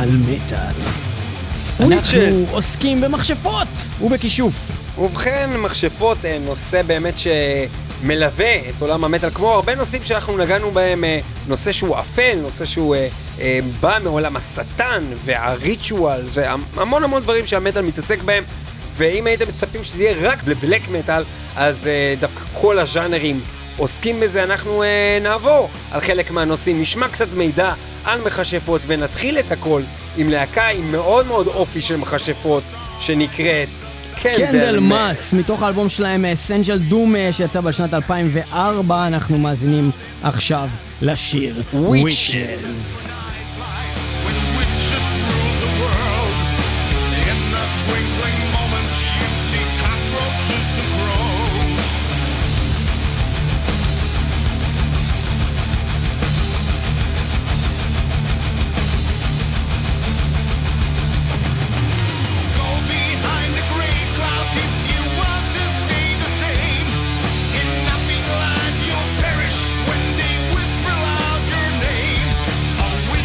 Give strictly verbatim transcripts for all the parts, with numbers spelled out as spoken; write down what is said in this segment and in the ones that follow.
על מטל. אנחנו עוסקים במכשפות ובכישוף. ובכן, מכשפות נושא באמת שמלווה את עולם המטל, כמו הרבה נושאים שאנחנו נגענו בהם, נושא שהוא אפל, נושא שהוא בא מעולם השטן והריטואל, זה המון המון דברים שהמטל מתעסק בהם, ואם הייתם מצפים שזה יהיה רק בבלק מטל, אז דווקא כל הז'אנרים עוסקים בזה. אנחנו נעבור על חלק מהנושאים, נשמע קצת מידע על מכשפות, ונתחיל את הכל עם להקה עם מאוד מאוד אופי של מכשפות, שנקראת קנדל מאס, מתוך האלבום שלהם סנג'ל דום שיצא בשנת אלפיים וארבע. אנחנו מאזינים עכשיו לשיר Witches. Perish when they whisper loud your name. A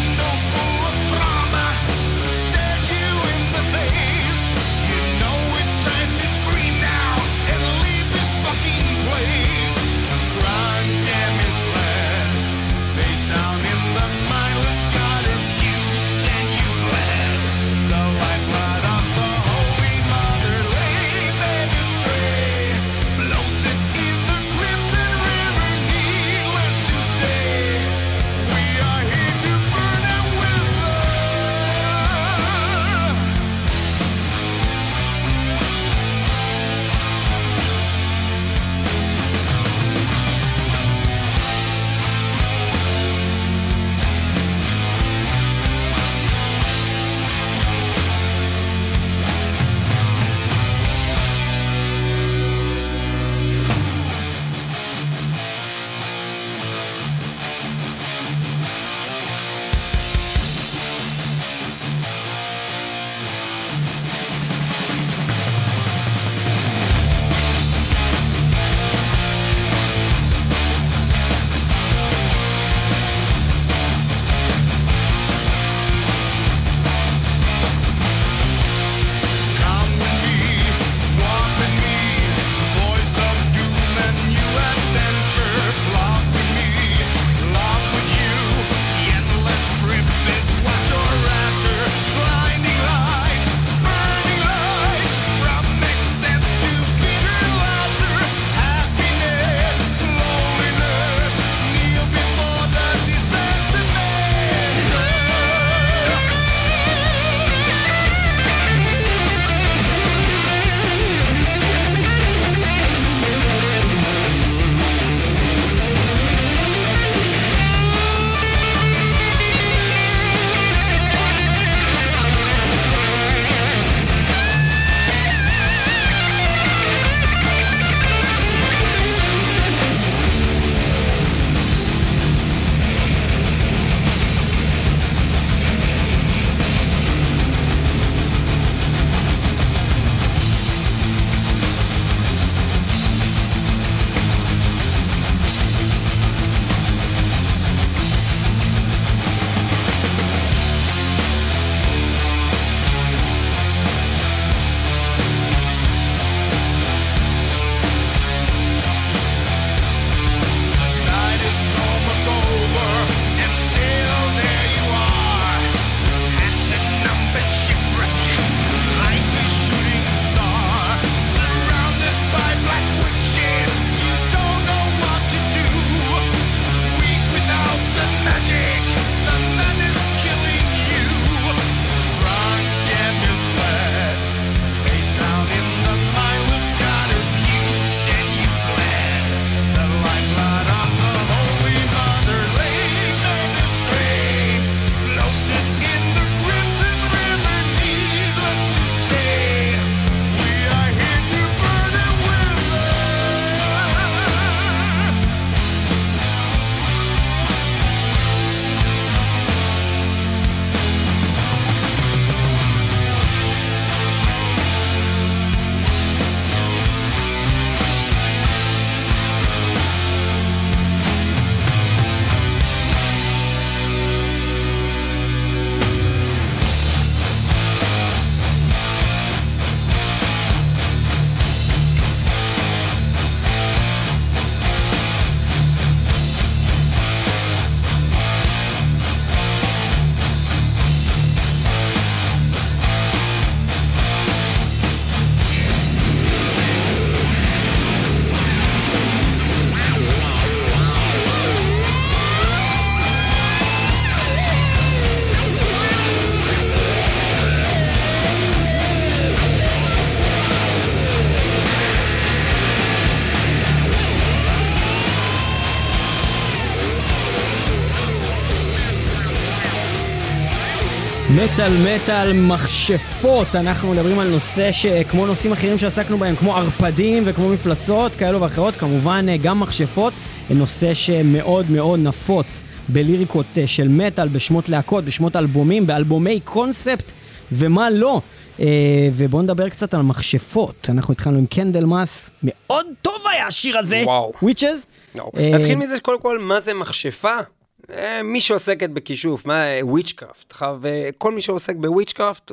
מטל מטל מכשפות, אנחנו מדברים על נושא שכמו נושאים אחרים שעסקנו בהם, כמו ערפדים וכמו מפלצות כאלו ואחרות, כמובן גם מכשפות, נושא שמאוד מאוד נפוץ בליריקות של מטל, בשמות להקות, בשמות אלבומים, באלבומי קונספט ומה לא. ובואו נדבר קצת על מכשפות. אנחנו התחלנו עם קנדלמאס, מאוד טוב היה השיר הזה, Witches. נתחיל מזה שקודם כל, מה זה מכשפה? מי שעוסקת בכישוף, מה, וויצ'קראפט, כל מי שעוסק בוויצ'קראפט,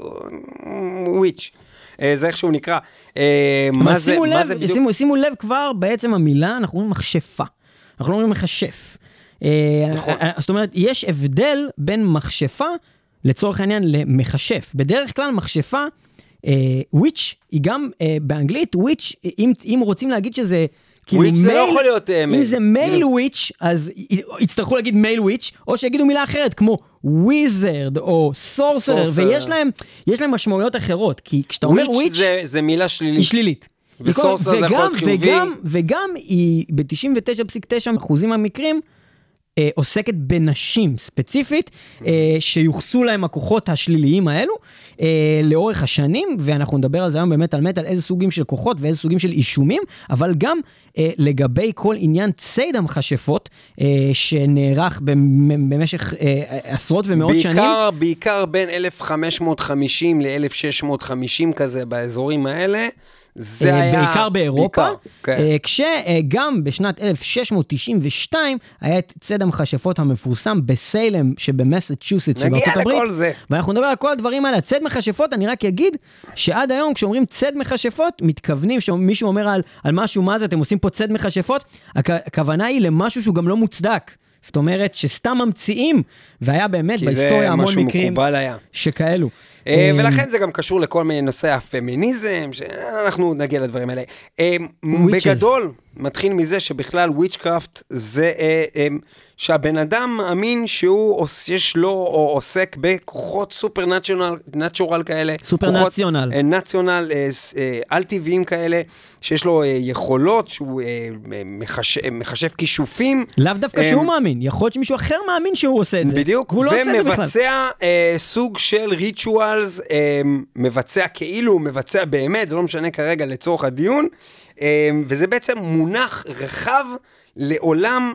וויץ', זה איך שהוא נקרא. מה זה, מה זה בדיוק? שימו לב כבר, בעצם המילה, אנחנו אומרים מכשפה, אנחנו לא אומרים מכשף. נכון. זאת אומרת, יש הבדל בין מכשפה, לצורך העניין, למכשף. בדרך כלל מכשפה, וויץ', היא גם באנגלית, וויץ', אם רוצים להגיד שזה, וויץ' זה לא יכול להיות מייל. אם זה מייל וויץ', אז יצטרכו להגיד מייל וויץ', או שיגידו מילה אחרת, כמו וויזרד או סורסר, ויש להם, יש להם משמעויות אחרות, כי כשאתה אומר וויץ', זה מילה שלילית. היא שלילית. וסורסר זה יכול להיות חיובי. וגם היא ב-תשעים ותשע נקודה תשע אחוזים מהמקרים, עוסקת בנשים ספציפית, שיוחסו להם הכוחות השליליים האלו, לאורך השנים, ואנחנו נדבר על זה היום באמת על מטל, איזה סוגים של כוחות ואיזה סוגים של אישומים, אבל גם לגבי כל עניין ציד המכשפות, שנערך במשך עשרות ומאות בעיקר, שנים. בעיקר בין אלף חמש מאות וחמישים ל-אלף שש מאות וחמישים כזה, באזורים האלה, זה היה... בעיקר באירופה, בעיקר, כן. כשגם בשנת אלף שש מאות תשעים ושתיים היה את צד המכשפות המפורסם בסיילם שבמסצ'וסטס שבארצות הברית. לכל זה. ואנחנו נדבר על כל הדברים האלה, צד מכשפות, אני רק אגיד שעד היום כשאומרים צד מכשפות, מתכוונים שמישהו אומר על, על משהו, מה זה, אתם עושים פה צד מכשפות, הכוונה היא למשהו שהוא גם לא מוצדק. זאת אומרת שסתם ממציאים, והיה באמת בהיסטוריה המון מקרים שכאלו. ולכן זה גם קשור לכל מיני נושאי הפמיניזם, שאנחנו נגיע לדברים האלה. בגדול, מתחיל מזה שבכלל וויצ'קראפט זה שהבן אדם מאמין שהוא יש לו או עוסק בכוחות סופר נאצ'ורל כאלה. סופר נאציונל. נאציונל, על טבעיים כאלה, שיש לו יכולות, שהוא מחשב כישופים. לאו דווקא שהוא מאמין, יכול להיות שמישהו אחר מאמין שהוא עושה את זה. בדיוק, ומבצע סוג של ריטואלס, מבצע כאילו, מבצע באמת, זה לא משנה כרגע לצורך הדיון, וזה בעצם מונח רחב לעולם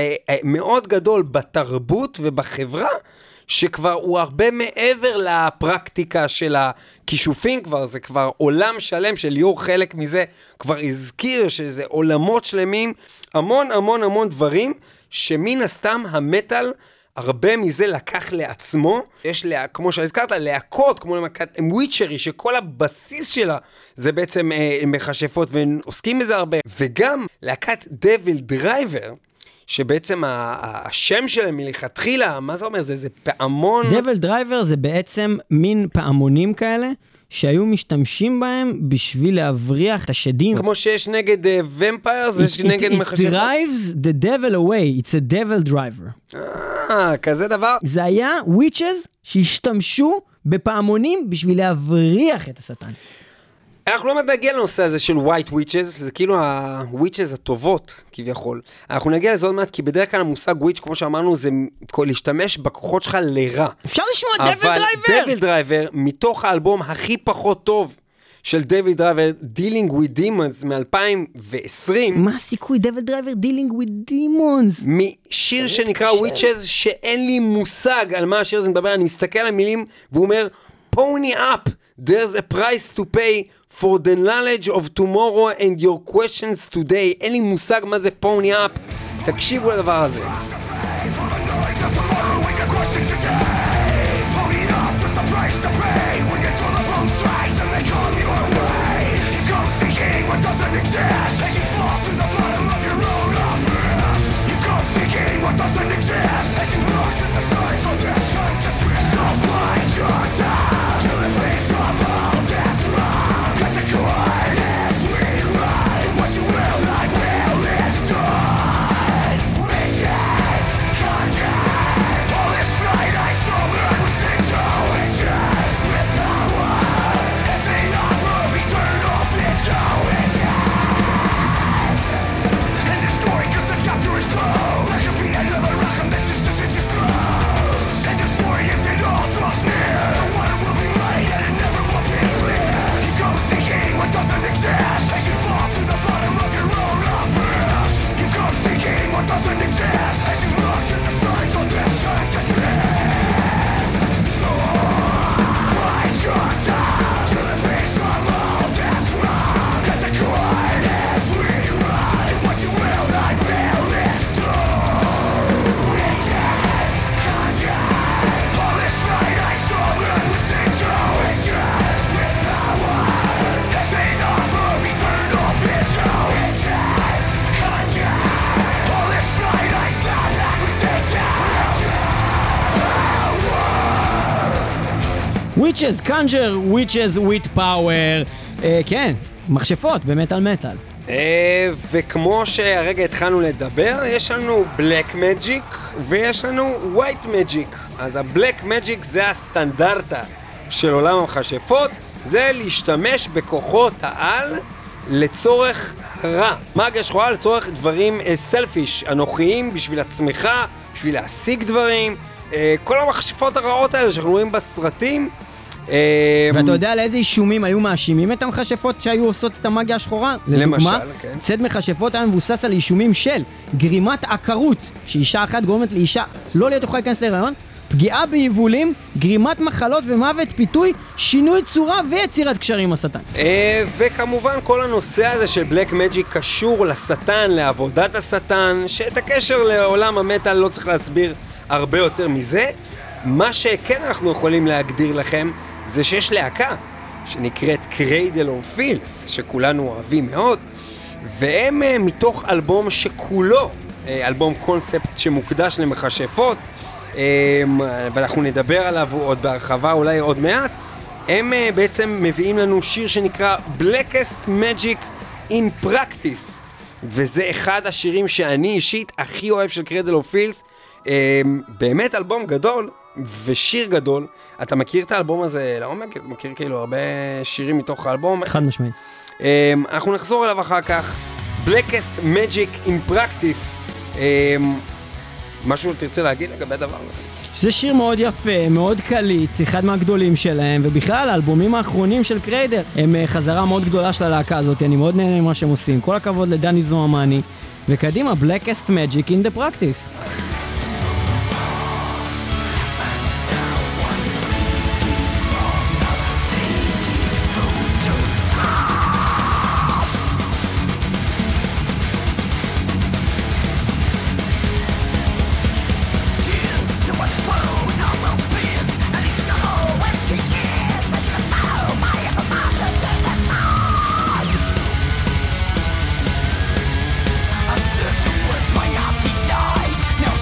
מאוד גדול בתרבות ובחברה, שכבר הוא הרבה מעבר לפרקטיקה של הכישופים, כבר זה כבר עולם שלם של ליאור, חלק מזה כבר הזכיר שזה עולמות שלמים, המון המון המון דברים, שמן הסתם המטל הרבה מזה לקח לעצמו, יש לה, כמו שהזכרת, להקות, כמו למקת וויצ'רי, שכל הבסיס שלה זה בעצם אה, מכשפות, ועוסקים בזה הרבה, וגם להקת דביל דרייבר, שבעצם השם שלהם מלכתחילה, מה זה אומר? זה, זה פעמון... דביל דרייבר זה בעצם מין פעמונים כאלה, שהיו משתמשים בהם בשביל להבריח את השדים. כמו שיש נגד ומפיירס, יש נגד מכשפות. It drives the devil away, it's a devil driver. אה, כזה דבר. זה היה witches שהשתמשו בפעמונים בשביל להבריח את השטן. אנחנו לא נגיע לנושא הזה של white witches, זה כאילו ה-witches הטובות כביכול. אנחנו נגיע לזה עוד מעט, כי בדרך כלל המושג witch, כמו שאמרנו, זה להשתמש בכוחות שלך לרע. אפשר לשמוע דביל דרייבר! אבל דביל דרייבר, מתוך האלבום הכי פחות טוב של דביל דרייבר, Dealing with Demons מ-אלפיים ועשרים. מה הסיכוי דביל דרייבר Dealing with Demons? משיר שנקרא witches, שאין לי מושג על מה השיר הזה מדבר, אני מסתכל על המילים, והוא אומר, pony up, there's a price to pay for the knowledge of tomorrow and your questions today. אין לי מושג מה זה pony up. תקשיבו לדבר הזה. Another recommendations, this is just close. And the story isn't all trust near. Witches, Conjure, Witches with Power. אה, כן, מכשפות במטל מטל. אה, וכמו שהרגע התחלנו לדבר, יש לנו Black Magic ויש לנו White Magic. אז ה-Black Magic זה הסטנדרטה של עולם המכשפות, זה להשתמש בכוחות העל לצורך רע. מגיה שחורה לצורך דברים סלפיש, אנוכיים, בשביל עצמך, בשביל להשיג דברים. כל המכשפות הרעות האלה שאנחנו רואים בסרטים. ואתה יודע לאיזה אישומים היו מאשימים את המכשפות שהיו עושות את המגיה השחורה? למשל, כן. צד מכשפות היה מבוסס על אישומים של גרימת עקרות, שאישה אחת גורמת לאישה לא להיות יכולה להיכנס להיריון, פגיעה ביבולים, גרימת מחלות ומוות, פיתוי, שינוי צורה ויצירת קשרים עם השטן. וכמובן כל הנושא הזה של בלק מג'יק קשור לשטן, לעבודת השטן, שאת הקשר לעולם המטל לא צריך להסביר הרבה יותר מזה. מה שכן אנחנו יכולים להגדיר לכם זה שיש להקה שנקראת קריידל אוף פילת' שכולנו אוהבים מאוד, והם מתוך אלבום שכולו אלבום קונספט שמוקדש למכשפות, ואנחנו נדבר עליו עוד בהרחבה אולי עוד מעט. הם בעצם מביאים לנו שיר שנקרא Blackest Magic in Practice, וזה אחד השירים שאני אישית הכי אוהב של קריידל אוף פילת'. באמת אלבום גדול ושיר גדול. אתה מכיר את האלבום הזה לעומק? אתה מכיר כאילו הרבה שירים מתוך האלבום? חד משמעית. אנחנו נחזור אליו אחר כך. Blackest Magic in Practice. משהו תרצה להגיד לגבי הדבר הזה? זה שיר מאוד יפה, מאוד קליט, אחד מהגדולים שלהם, ובכלל האלבומים האחרונים של קריידל הם חזרה מאוד גדולה של הלהקה הזאת. אני מאוד נהנה ממה שהם עושים. כל הכבוד לדני זוהמני, וקדימה, Blackest Magic in the Practice. Now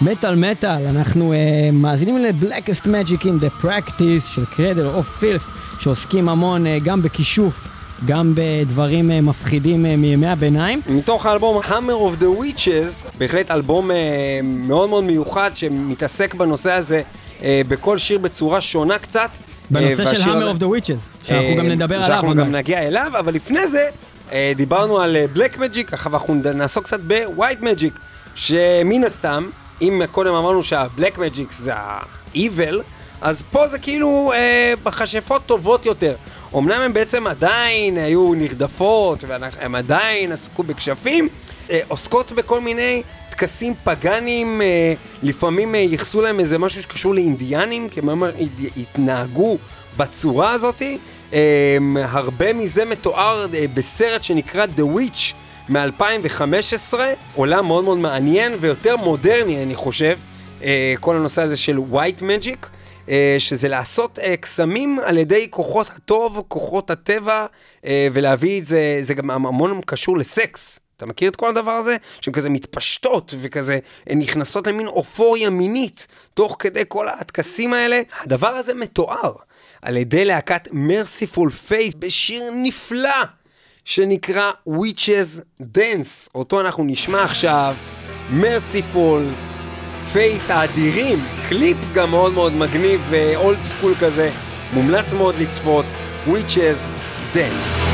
מטל מטל, אנחנו uh, מאזינים ל-Blackest Magic in the Practice של Cradle of Filth, שעוסקים המון uh, גם בכישוף, גם בדברים uh, מפחידים uh, מימי הביניים. מתוך האלבום Hammer of the Witches, בהחלט אלבום uh, מאוד מאוד מיוחד שמתעסק בנושא הזה uh, בכל שיר בצורה שונה קצת. בנושא uh, של Hammer of the Witches, שאנחנו uh, גם נדבר עליו. שאנחנו גם נגיע אליו, אבל לפני זה uh, דיברנו על uh, Black Magic, אחר אנחנו נעסוק קצת ב-White Magic, שמן הסתם, אם קודם אמרנו שה-Black Magic זה ה-Evil, אז פה זה כאילו אה, בחשפות טובות יותר. אמנם הם בעצם עדיין היו נרדפות, והם עדיין עסקו בכשפים, אה, עוסקות בכל מיני תקסים פגנים, אה, לפעמים אה, יחסו להם איזה משהו שקשור לאינדיאנים, כי הם התנהגו בצורה הזאת. אה, הרבה מזה מתואר אה, בסרט שנקרא The Witch, מ-אלפיים וחמש עשרה, עולם מאוד מאוד מעניין ויותר מודרני, אני חושב, כל הנושא הזה של White Magic, שזה לעשות קסמים על ידי כוחות הטוב, כוחות הטבע, ולהביא את זה, זה גם המון קשור לסקס. אתה מכיר את כל הדבר הזה? שהן כזה מתפשטות וכזה נכנסות למין אופוריה מינית, תוך כדי כל ההתקסים האלה. הדבר הזה מתואר על ידי להקת Merciful Fate בשיר נפלא, שנקרא Witches Dance. אותו אנחנו נשמע עכשיו. Merciful Fate האדירים, קליפ גם מאוד מאוד מגניב ואולד סקול כזה, מומלץ מאוד לצפות. Witches Dance.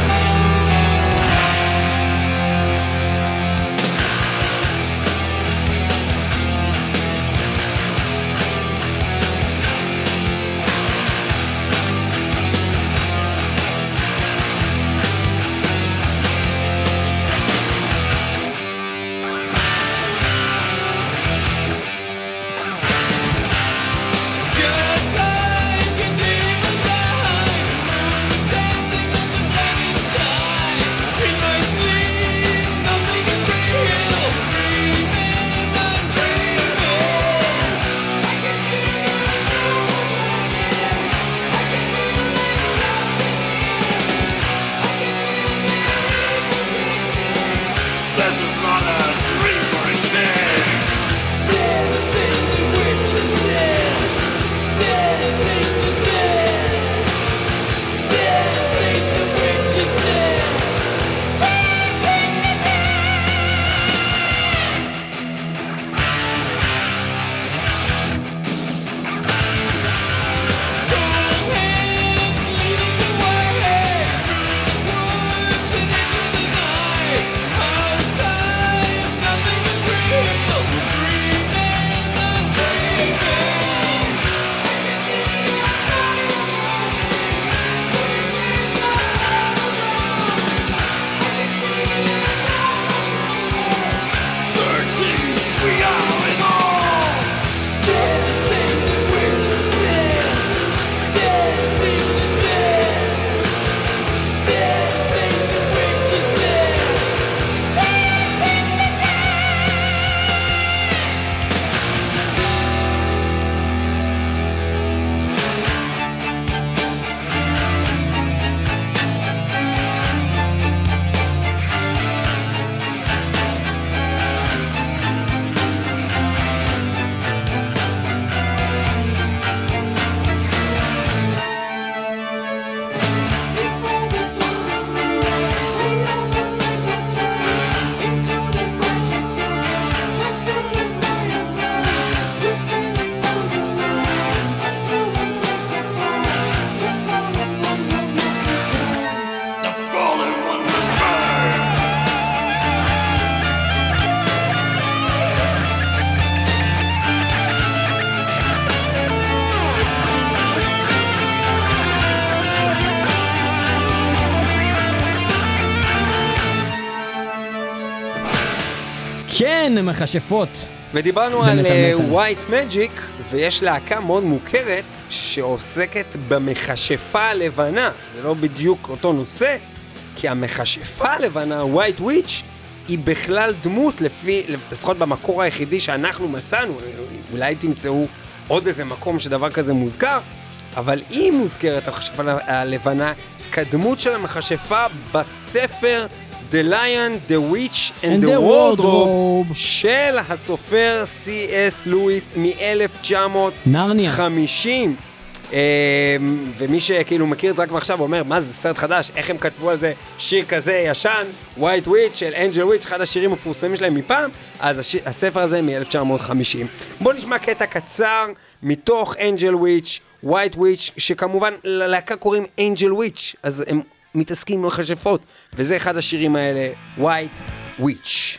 כן, מכשפות. ודיברנו על White Magic, ויש להקה מאוד מוכרת שעוסקת במכשפה הלבנה. זה לא בדיוק אותו נושא, כי המכשפה הלבנה, White Witch, היא בכלל דמות, לפי, לפחות במקור היחידי שאנחנו מצאנו. אולי תמצאו עוד איזה מקום שדבר כזה מוזכר, אבל היא מוזכרת המכשפה הלבנה כדמות של המכשפה בספר The Lion, The Witch and, And the, the Wardrobe Wardrobe. של הסופר סי אס לואיס מ-אלף תשע מאות חמישים. נרניה. ומי שכאילו מכיר את זה רק מעכשיו אומר, מה זה סרט חדש? איך הם כתבו על זה שיר כזה ישן? White Witch של אנג'ל וויץ', אחד השירים המפורסמים שלהם מפעם. אז השיר, הספר הזה מ-אלף תשע מאות חמישים. בואו נשמע קטע קצר מתוך אנג'ל וויץ', White Witch, שכמובן ללהקה קוראים אנג'ל וויץ', אז הם מתעסקים עם מכשפות, וזה אחד השירים האלה, White Witch.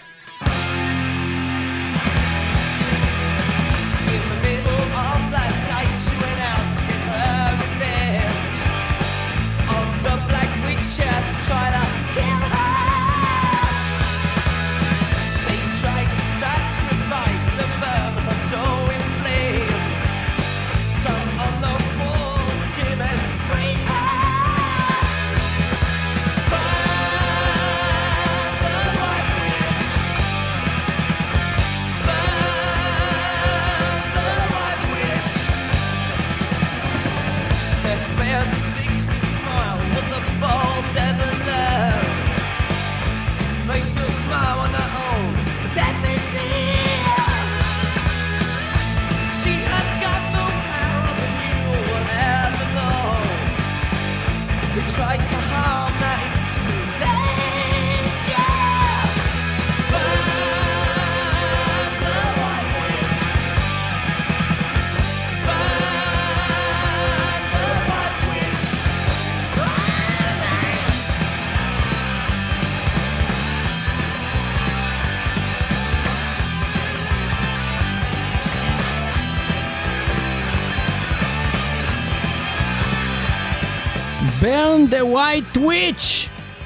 Burn the White Witch.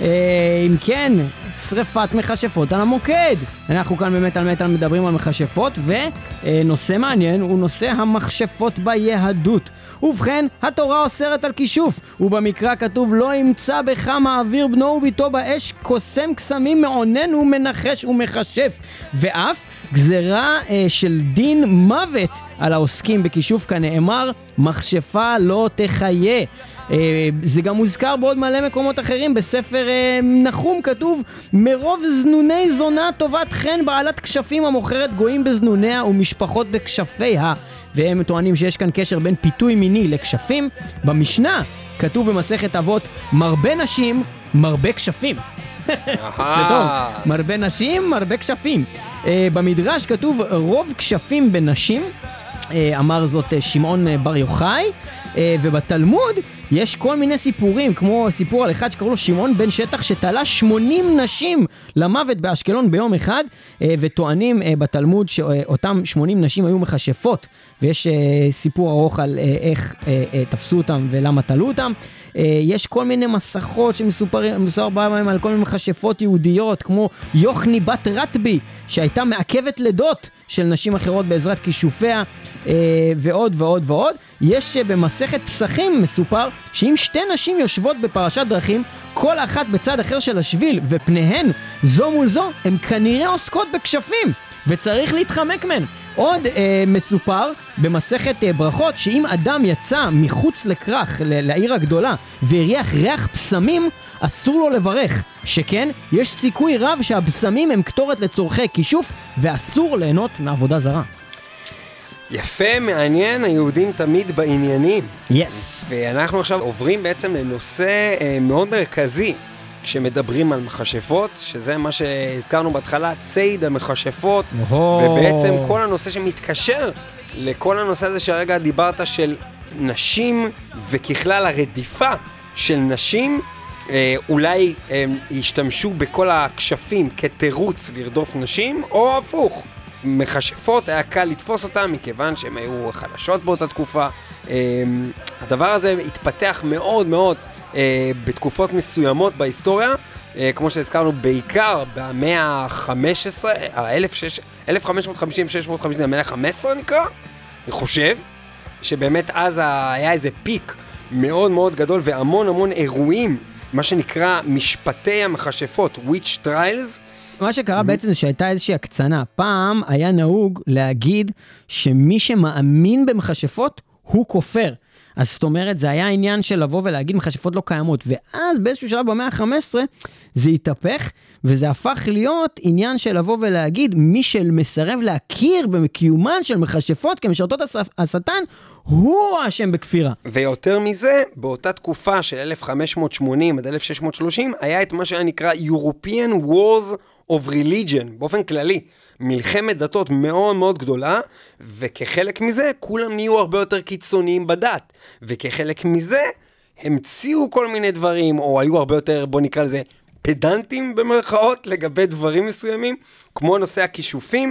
אם כן, שריפת מכשפות על המוקד. אנחנו כאן באמת על מטל מדברים על מכשפות, ונושא מעניין הוא נושא המכשפות ביהדות. ובכן, התורה אוסרת על כישוף, ובמקרא כתוב לא ימצא בך מעביר בנו וביתו באש, קוסם קסמים, מעונן ומנחש ומכשף, ואף גזרה אה, של דין מוות על העוסקים בכישוף, כנאמר מכשפה לא תחיה. אה, זה גם מוזכר בעוד מלא מקומות אחרים. בספר אה, נחום כתוב מרוב זנוני זונה טובת חן בעלת כשפים המוכרת גויים בזנוניה ומשפחות בכשפיה, והם טוענים שיש כאן קשר בין פיתוי מיני לכשפים. במשנה כתוב במסכת אבות מרבה נשים מרבה כשפים. זה טוב, מרבה נשים מרבה כשפים. uh, במדרש כתוב רוב כשפים בנשים, uh, אמר זאת uh, שמעון uh, בר יוחאי. uh, ובתלמוד יש כל מיני סיפורים, כמו סיפור על אחד שקראו לו שמעון בן שטח שתלה שמונים נשים למוות באשקלון ביום אחד, uh, וטוענים uh, בתלמוד שאותם שמונים נשים היו מכשפות, ויש uh, סיפור ארוך על uh, איך uh, uh, תפסו אותם ולמה תלו אותם. Uh, יש כל מיני מסכות שמסופר בהם על כל מיני מכשפות יהודיות, כמו יוחני בת רטבי שהייתה מעכבת לידות של נשים אחרות בעזרת כישופיה, uh, ועוד ועוד ועוד. יש uh, במסכת פסחים מסופר שאם שתי נשים יושבות בפרשת דרכים, כל אחת בצד אחר של השביל ופניהן זו מול זו, הן כנראה עוסקות בכשפים וצריך להתחמק מהן. עוד אה, מסופר במסכת אה, ברכות שאם אדם יצא מחוץ לכרך ל- לעיר הגדולה והריח ריח פסמים, אסור לו לברך, שכן יש סיכוי רב שהבשמים הם כתורת לצורכי כישוף ואסור ליהנות מעבודה זרה. יפה, מעניין, היהודים תמיד בעניינים. יס. Yes. ואנחנו עכשיו עוברים בעצם לנושא אה, מאוד מרכזי כשמדברים על מכשפות, שזה מה שהזכרנו בהתחלה, ציד המכשפות, oh. ובעצם כל הנושא שמתקשר לכל הנושא הזה שהרגע דיברת של נשים, וככלל הרדיפה של נשים, אה, אולי אה, ישתמשו בכל הכשפים כתירוץ לרדוף נשים, או הפוך. מכשפות היה קל לתפוס אותם מכיוון שהן היו חלשות באותה תקופה. אה, הדבר הזה התפתח מאוד מאוד אה, בתקופות מסוימות בהיסטוריה, אה, כמו שהזכרנו בעיקר במאה ה-חמש עשרה, אלף חמש מאות חמישים שש מאות חמישים, זה המאה ה-חמש עשרה נקרא, אני חושב, שבאמת אז היה איזה פיק מאוד מאוד גדול והמון המון אירועים, מה שנקרא משפטי המכשפות, witch trials. מה שקרה בעצם זה שהייתה איזושהי הקצנה. פעם היה נהוג להגיד שמי שמאמין במכשפות הוא כופר. אז זאת אומרת, זה היה העניין של לבוא ולהגיד מכשפות לא קיימות, ואז באיזשהו שלב במאה ה-חמש עשרה, זה התהפך, וזה הפך להיות עניין של לבוא ולהגיד, מי שמסרב להכיר בקיומן של מכשפות כמשרתות השטן, הוא האשם בכפירה. ויותר מזה, באותה תקופה של אלף חמש מאות שמונים עד אלף שש מאות שלושים, היה את מה שנקרא European Wars of Religion, באופן כללי. מלחמת דתות מאוד מאוד גדולה, וכחלק מזה, כולם נהיו הרבה יותר קיצוניים בדת. וכחלק מזה, המציאו כל מיני דברים, או היו הרבה יותר, בוא נקרא לזה, פדנטים במרכאות, לגבי דברים מסוימים, כמו נושא הכישופים,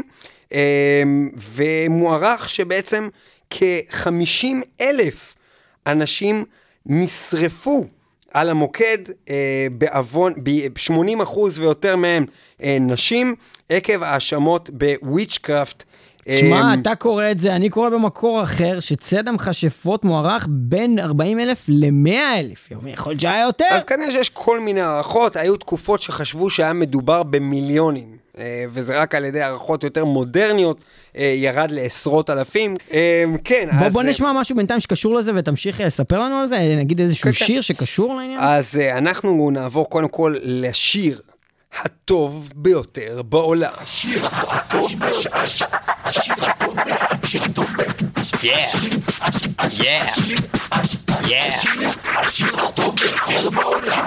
ומוערך שבעצם כ-חמישים אלף אנשים נשרפו על המוקד, בעוון, ב-שמונים אחוז ויותר מהם נשים, עקב האשמות בוויצ'קראפט. שמע, אתה קורא את זה, אני קורא במקור אחר, שצד המכשפות מוערך בין ארבעים אלף ל-מאה אלף. יכול להיות שהיה יותר. אז כנראה שיש כל מיני הערכות, היו תקופות שחשבו שהיה מדובר במיליונים, וזה רק על ידי הערכות יותר מודרניות, ירד לעשרות אלפים. כן, בוא, אז... בוא נשמע משהו בינתיים שקשור לזה, ותמשיך לספר לנו על זה, נגיד איזשהו כן, שיר שקשור לעניין. אז אנחנו נעבור קודם כל לשיר הטוב ביותר בעולם. השיר הטוב ביותר. השיר הטוב ביותר. השיר הטוב ביותר. השיר הטוב ביותר בעולם.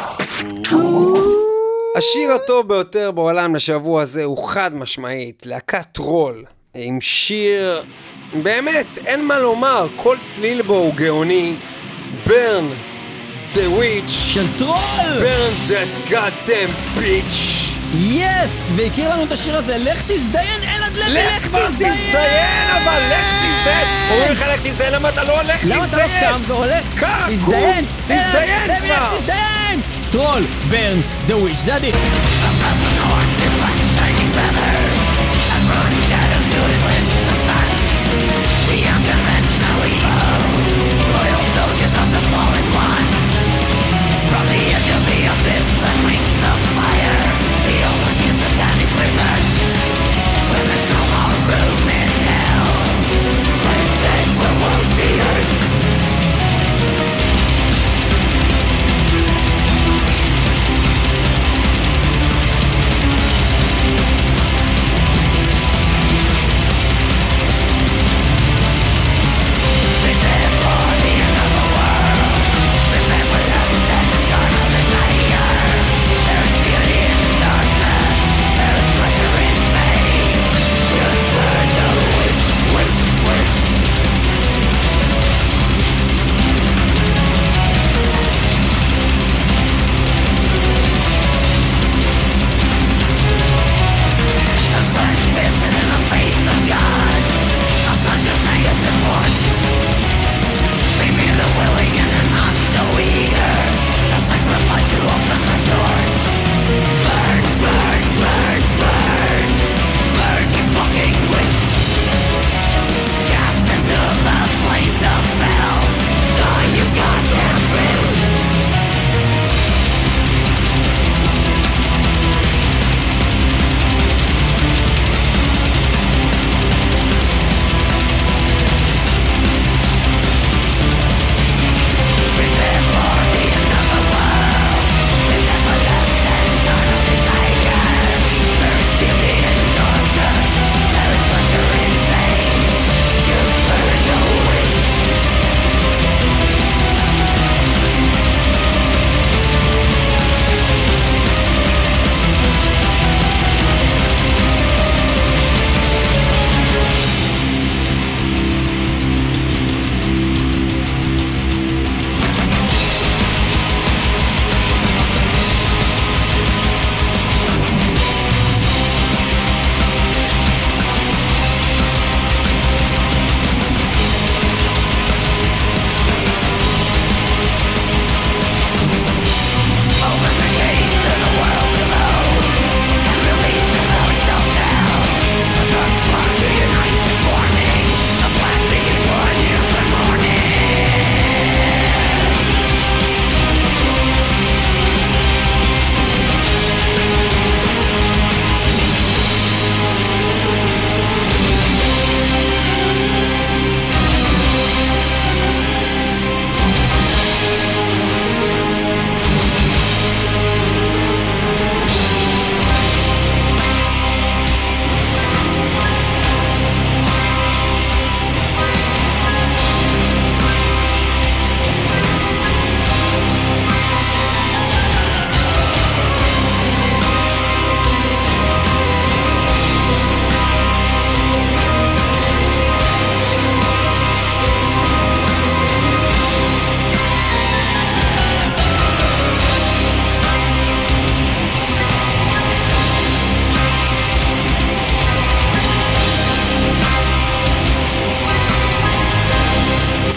השיר הטוב ביותר בעולם לשבוע הזה הוא חד משמעית, להקת טרול, עם שיר, באמת, אין מה לומר, כל צליל בו הוא גאוני, Burn the Witch, של טרול! Burn that goddamn bitch. יס! והכיר לנו את השיר הזה, לך תזדיין, אלעד לוי, לך תזדיין! אבל לך תזדיין! אומרים לך לך תזדיין, למה אתה לא הולך תזדיין? למה אתה לא קם והולך? קם! תזדיין! תזדיין כבר! תזדיין! טרול, Burn the Witch, זה עדיף. We'll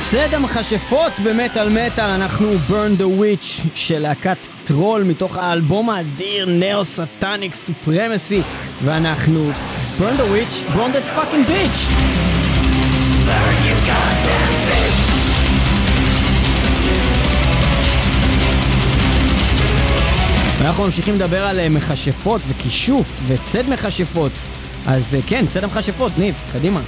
צד המכשפות במטל מטל, אנחנו Burn the Witch של להקת טרול מתוך האלבום האדיר נאו סטניק סופרמסי, ואנחנו Burn the Witch, Burn that fucking bitch. Burn your goddamn bitch. אנחנו ממשיכים לדבר על מכשפות וכישוף וצד מכשפות, אז כן, צד המכשפות, ניב, קדימה.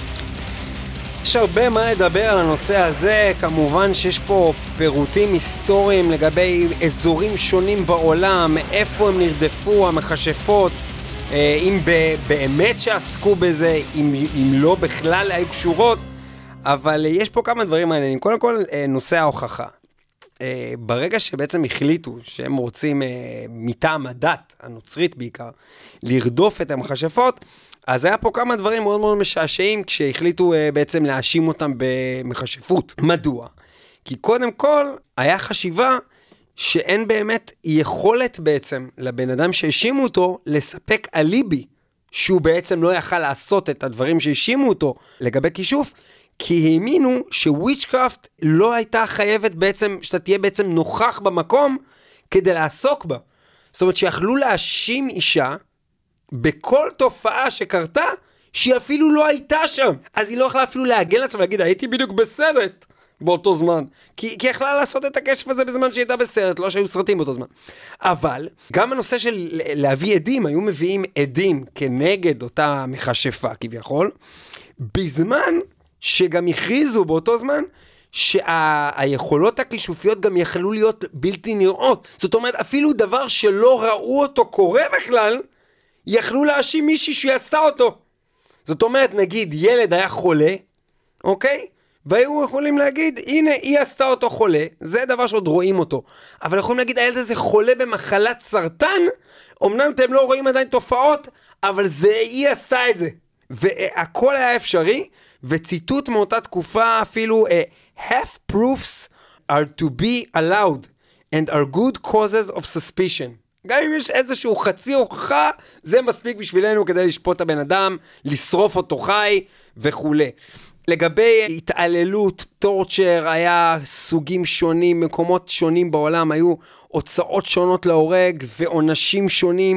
יש הרבה מה לדבר על הנושא הזה, כמובן שיש פה פירוטים היסטוריים לגבי אזורים שונים בעולם, איפה הם נרדפו המכשפות, אם באמת שעסקו בזה, אם, אם לא בכלל היו קשורות, אבל יש פה כמה דברים מעניינים. קודם כל, נושא ההוכחה. ברגע שבעצם החליטו שהם רוצים מטעם הדת, הנוצרית בעיקר, לרדוף את המכשפות, אז היה פה כמה דברים מאוד מאוד משעשעים כשהחליטו uh, בעצם להאשים אותם במכשפות. מדוע? כי קודם כל היה חשיבה שאין באמת יכולת בעצם לבן אדם שהאשימו אותו לספק אליבי, שהוא בעצם לא יכל לעשות את הדברים שהאשימו אותו לגבי כישוף, כי האמינו שוויצ'קראפט לא הייתה חייבת בעצם, שאתה תהיה בעצם נוכח במקום כדי לעסוק בה. זאת אומרת שיכלו להאשים אישה בכל תופעה שקרתה, שהיא אפילו לא הייתה שם. אז היא לא יכלה אפילו להגן לעצמה ולהגיד, הייתי בדיוק בסרט באותו זמן. כי, כי יכלה לעשות את הקשף הזה בזמן שהיא הייתה בסרט, לא שהיו סרטים באותו זמן. אבל, גם הנושא של להביא עדים, היו מביאים עדים כנגד אותה מכשפה כביכול, בזמן שגם הכריזו באותו זמן, שהיכולות הכישופיות גם יכלו להיות בלתי נראות. זאת אומרת, אפילו דבר שלא ראו אותו קורה בכלל, יכלו להאשים מישהי שהיא עשתה אותו. זאת אומרת, נגיד, ילד היה חולה, אוקיי? והיו יכולים להגיד, הנה, היא עשתה אותו חולה, זה דבר שעוד רואים אותו. אבל יכולים להגיד, הילד הזה חולה במחלת סרטן, אמנם אתם לא רואים עדיין תופעות, אבל זה, היא עשתה את זה. והכל היה אפשרי, וציטוט מאותה תקופה אפילו, uh, half proofs are to be allowed, and are good causes of suspicion. גם אם יש איזשהו חצי הוכחה, זה מספיק בשבילנו כדי לשפוט את הבן אדם, לשרוף אותו חי וכו'. לגבי התעללות, טורצ'ר, היה סוגים שונים, מקומות שונים בעולם, היו הוצאות שונות להורג, ועונשים שונים,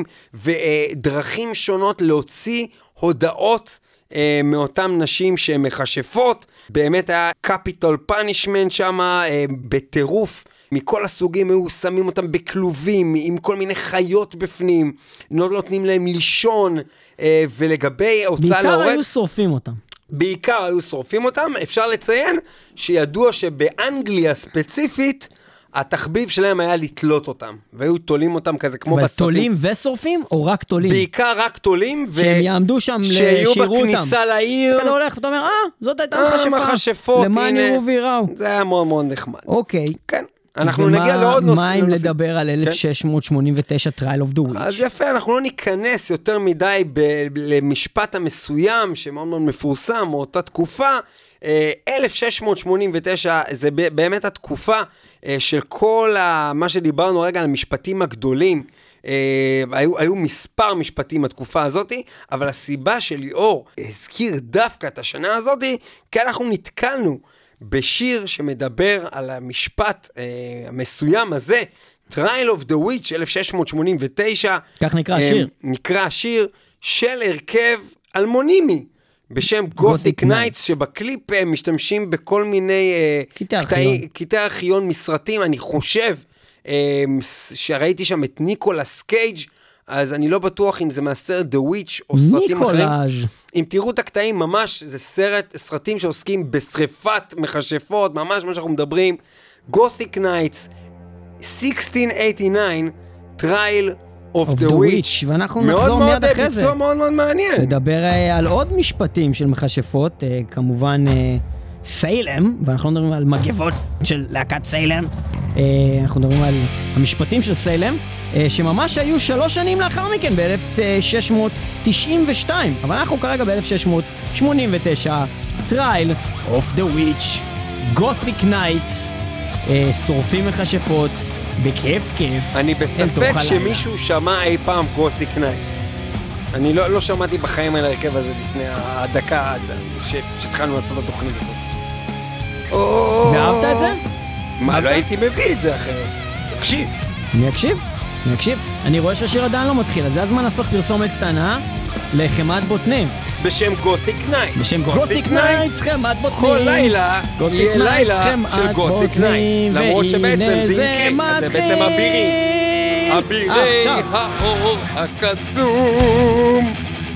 ודרכים שונות להוציא הודעות אה, מאותם נשים שהן מכשפות. באמת היה קפיטל פאנישמנט שם, אה, בטירוף. מכל הסוגים היו שמים אותם בכלובים, עם כל מיני חיות בפנים, לא נותנים להם לישון, אה, ולגבי הוצאה להורג... בעיקר היו שורפים אותם. בעיקר היו שורפים אותם. אפשר לציין שידוע שבאנגליה ספציפית, התחביב שלהם היה לתלות אותם, והיו תולים אותם כזה כמו בסרטים. תולים ושורפים או רק תולים? בעיקר רק תולים, ו... שהם יעמדו שם, שיהיו שיראו אותם. בכניסה לעיר. אתה הולך ואתה אומר, אה, זאת הייתה אה, מכשפה. מכשפות, למען הנה. יראו ויראו. זה היה מאוד מאוד נחמד. אוקיי. כן. אנחנו ומה, נגיע לעוד נושאים. מה אם לדבר על אלף שש מאות שמונים ותשע Trial of the Witch? אז יפה, אנחנו לא ניכנס יותר מדי ב- למשפט המסוים, שמאוד מאוד מפורסם, מאותה תקופה. אלף שש מאות שמונים ותשע זה באמת התקופה של כל ה- מה שדיברנו רגע על המשפטים הגדולים. היו, היו מספר משפטים בתקופה הזאת, אבל הסיבה שליאור הזכיר דווקא את השנה הזאת, כי אנחנו נתקלנו בשיר שמדבר על המשפט אה, המסוים הזה, Trial of the Witch, אלף שש מאות שמונים ותשע. כך נקרא אה, השיר. נקרא השיר של הרכב אלמונימי, בשם Gothic Knights, שבקליפ הם משתמשים בכל מיני אה, קטעי ארכיון. קטעי ארכיון מסרטים. אני חושב אה, שראיתי שם את ניקולס קייג', אז אני לא בטוח אם זה מהסרט The Witch או סרטים אחרים. ניקולאז'. אם תראו את הקטעים, ממש זה סרט, סרטים שעוסקים בשריפת מכשפות, ממש מה שאנחנו מדברים. Gothic Knights, אלף שש מאות שמונים ותשע, Trial of, of the, the Witch. Witch. ואנחנו נחזור מיד אחרי זה. מאוד מאוד ביצוע מאוד מאוד מעניין. לדבר uh, על עוד משפטים של מכשפות, uh, כמובן... Uh, סיילם, ואנחנו מדברים על מגבות של להקת סיילם, אנחנו מדברים על המשפטים של סיילם, שממש היו שלוש שנים לאחר מכן, ב-אלף שש מאות תשעים ושתיים, אבל אנחנו כרגע ב-אלף שש מאות שמונים ותשע, Trial of the Witch, Gothic Knights, שורפים מכשפות, בכיף כיף. אני בספק שמישהו שמע אי פעם Gothic Knights. אני לא, לא שמעתי בחיים על הרכב הזה לפני הדקה שהתחלנו לעשות את התוכנית הזאת. ואהבת את זה? מה, לא הייתי מביא את זה אחרת. תקשיב. אני אקשיב, אני אקשיב. אני רואה שהשיר עדיין לא מתחיל, אז זה הזמן לעשות פרסומת קטנה לחמת בוטנים. בשם גותיק נייטס. בשם גותיק נייטס, חמת בוטנים. כל לילה יהיה לילה של גותיק נייטס. למרות שבעצם זה יקרה, זה בעצם אבירי. אבירי האור הקסום.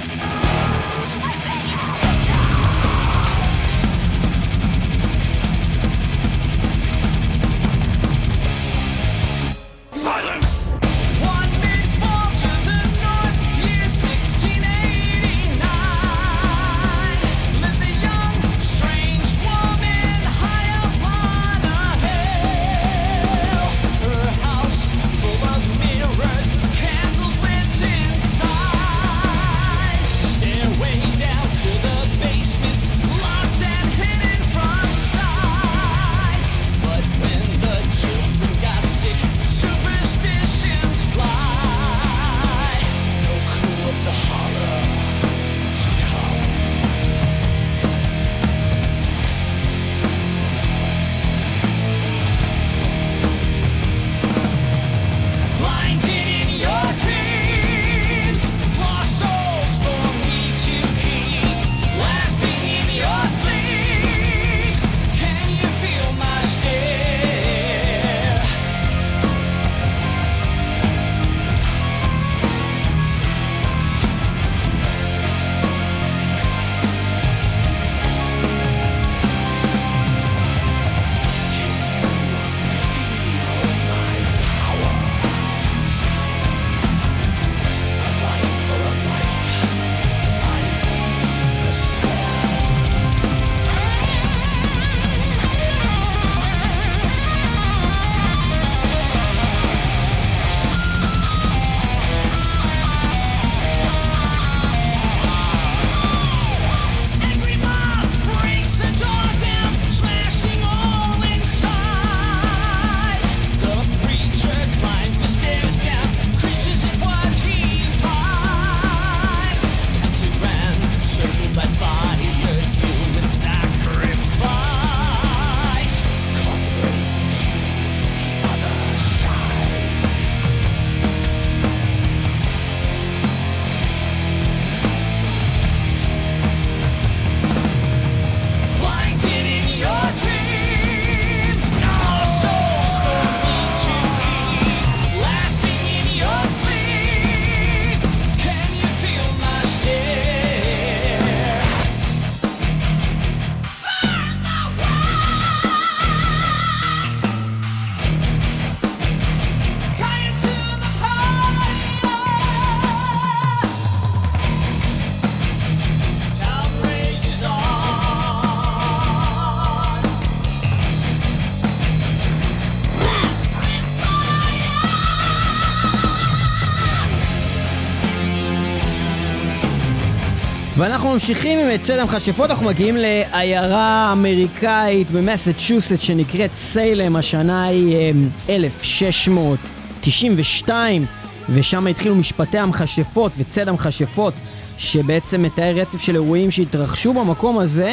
ואנחנו ממשיכים עם צלם מכשפות, אנחנו מגיעים לעיירה אמריקאית במסצ'וסט שנקראת סיילם, השנה היא אלף שש מאות תשעים ושתיים, ושם התחילו משפטי המכשפות וצד המכשפות, שבעצם מתאר רצף של אירועים שהתרחשו במקום הזה.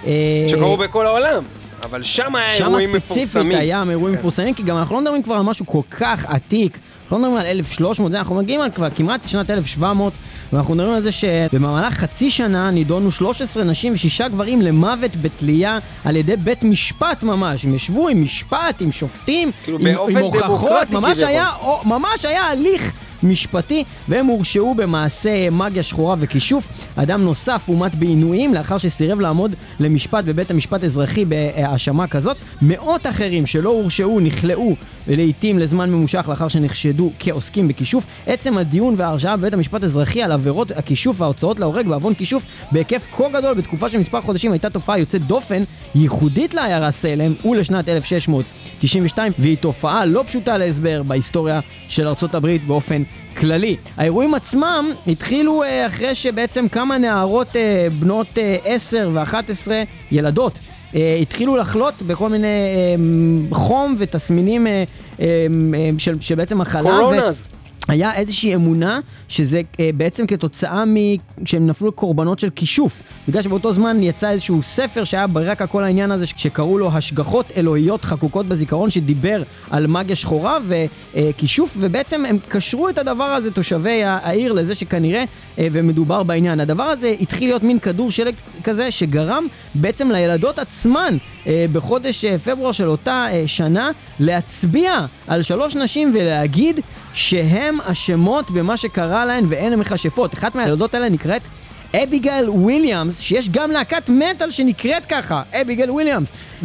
שקרו בכל העולם, אבל שם היה אירועים מפורסמים. שם ספציפית היה אירועים מפורסמים, כי גם אנחנו לא מדברים כבר על משהו כל כך עתיק, אנחנו לא מדברים על אלף ושלוש מאות, אנחנו מגיעים על כבר כמעט שנת אלף ושבע מאות, ואנחנו מדברים על זה שבמהלך חצי שנה נידונו שלוש עשרה נשים ושישה גברים למוות בתלייה על ידי בית משפט ממש. הם ישבו עם משפט, עם שופטים, כאילו עם, עם הוכחות, ממש כביכול. היה, ממש היה הליך משפטי, והם הורשעו במעשה מגיה שחורה וכישוף. אדם נוסף הומת בעינויים לאחר שסירב לעמוד למשפט בבית המשפט אזרחי בהאשמה כזאת. מאות אחרים שלא הורשעו נכלאו לעתים לזמן ממושך לאחר שנחשדו כעוסקים בכישוף. עצם הדיון וההרשעה בבית המשפט אזרחי על עבירות הכישוף וההוצאות להורג בעוון כישוף בהיקף כה גדול בתקופה של מספר חודשים הייתה תופעה יוצאת דופן ייחודית לעיירה סיילם ולשנת אלף שש מאות תשעים ושתיים, והיא תופעה לא פשוטה להסבר בהיסטוריה של ארצות הברית באופן כללי. האירועים עצמם התחילו אחרי שבעצם כמה נערות בנות עשר ואחת עשרה ילדות התחילו לחלות בכל מיני חום ותסמינים של, שבעצם מחלה. קורונז. היה איזושהי אמונה שזה אה, בעצם כתוצאה שהם נפלו קורבנות של כישוף. בגלל שבאותו זמן יצא איזשהו ספר שהיה ברקע כל העניין הזה שקראו לו השגחות אלוהיות חקוקות בזיכרון, שדיבר על מגיה שחורה וכישוף, ובעצם הם קשרו את הדבר הזה, תושבי העיר, לזה שכנראה אה, ומדובר בעניין. הדבר הזה התחיל להיות מין כדור שלג כזה שגרם בעצם לילדות עצמן אה, בחודש אה, פברואר של אותה אה, שנה להצביע על שלוש נשים ולהגיד שהם אשמות במה שקרה להן ואין מכשפות. אחת מהילדות האלה נקראת אביגיל וויליאמס, שיש גם להקת מטל שנקראת ככה, אביגיל וויליאמס,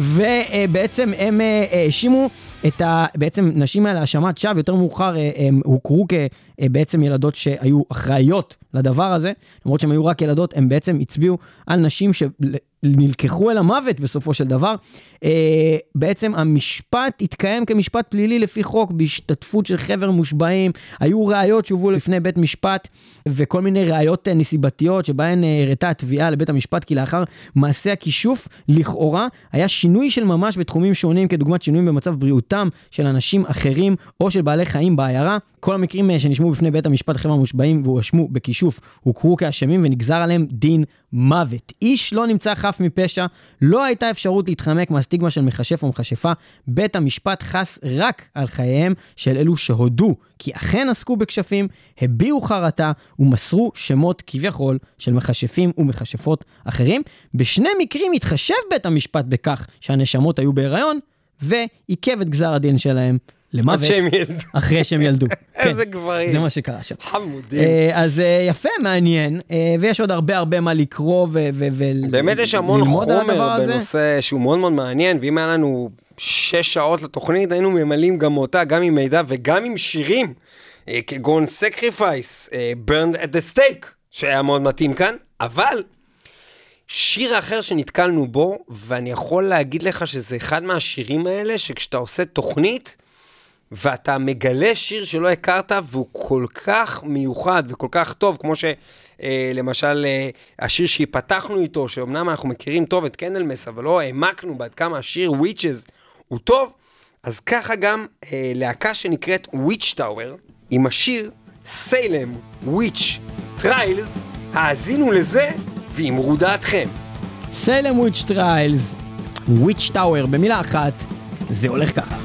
ובעצם הם האשימו את ה... בעצם נשים האלה האשמת שווא, יותר מאוחר הם הוכרו כבעצם ילדות שהיו אחראיות לדבר הזה, למרות שהם היו רק ילדות, הם בעצם הצביעו על נשים שנלקחו אל המוות בסופו של דבר. בעצם המשפט התקיים כמשפט פלילי לפי חוק, בהשתתפות של חבר מושבעים, היו ראיות שהובאו לפני בית משפט, וכל מיני ראיות נסיבתיות שבהן הראתה התביעה לבית המשפט, כי לאחר מעשה הכישוף, לכאורה, היה שינוי של ממש בתחומים שונים, כדוגמת שינויים במצב בריאותם של אנשים אחרים, או של בעלי חיים בעיירה. כל המקרים שנשמעו בפני בית המשפט חבר מושבעים והואשמו בכישוף, הוכרו כאשמים ונגזר עליהם דין מוות. איש לא נמצא חף מפשע, לא הייתה אפשרות להתחמק מהסטיגמה של מכשף או מכשפה. בית המשפט חס רק על חייהם של אלו שהודו כי אכן עסקו בכשפים, הביעו חרטה ומסרו שמות כביכול של מכשפים ומכשפות אחרים. בשני מקרים התחשב בית המשפט בכך שהנשמות היו בהיריון, ועיכב את גזר הדין שלהם למוות אחרי שהם ילדו. איזה גברים. זה מה שקרה שם. חמודים. אז יפה, מעניין, ויש עוד הרבה הרבה מה לקרוא וללמוד באמת יש המון חומר בנושא שהוא מאוד מאוד מעניין, ואם היה לנו שש שעות לתוכנית, היינו ממלאים גם אותה, גם עם מידע וגם עם שירים, כגון Sacrifice, Burned at the Stake, שהיה מאוד מתאים כאן, אבל שיר אחר שנתקלנו בו, ואני יכול להגיד לך שזה אחד מהשירים האלה, שכשאתה עושה תוכנית, ואתה מגלה שיר שלא הכרת, והוא כל כך מיוחד וכל כך טוב, כמו שלמשל השיר שהפתחנו איתו, שאומנם אנחנו מכירים טוב את קנדלמס, אבל לא העמקנו בעד כמה השיר Witches הוא טוב, אז ככה גם להקה שנקראת Witch Tower, עם השיר Salem Witch Trials, האזינו לזה ואמרו דעתכם. Salem Witch Trials, Witch Tower, במילה אחת, זה הולך ככה.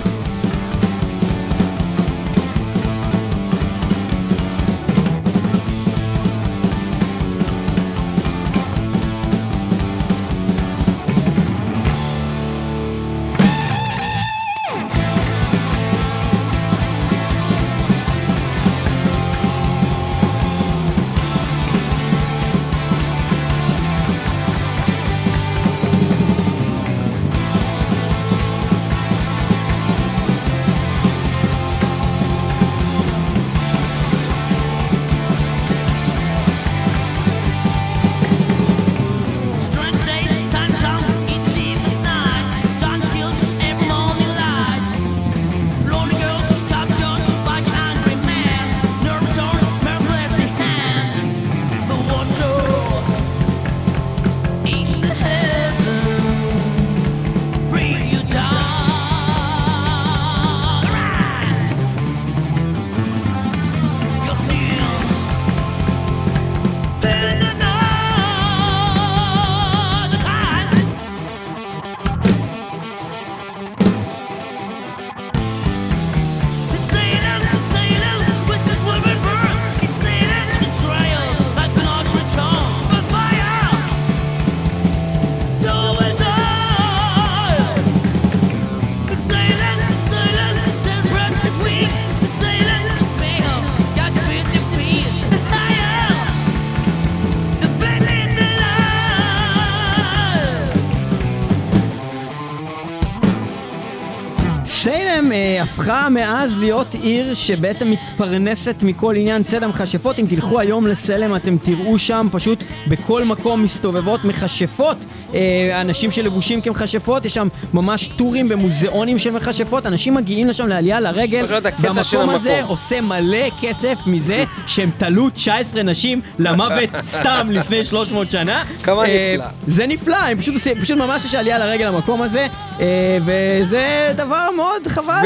הפכה מאז להיות עיר שבעצם מתפרנסת מכל עניין צד המכשפות. אם תלכו היום לסלם אתם תראו שם פשוט בכל מקום מסתובבות מכשפות, אנשים שלבושים כמכשפות, יש שם ממש טורים במוזיאונים של מכשפות, אנשים מגיעים לשם לעלייה לרגל, והמקום הזה עושה מלא כסף מזה שהם תלו תשע עשרה נשים למוות סתם לפני שלוש מאות שנה. כמה נפלא. זה נפלא, הם פשוט, פשוט ממש יש עלייה לרגל למקום הזה, וזה דבר מאוד חבל.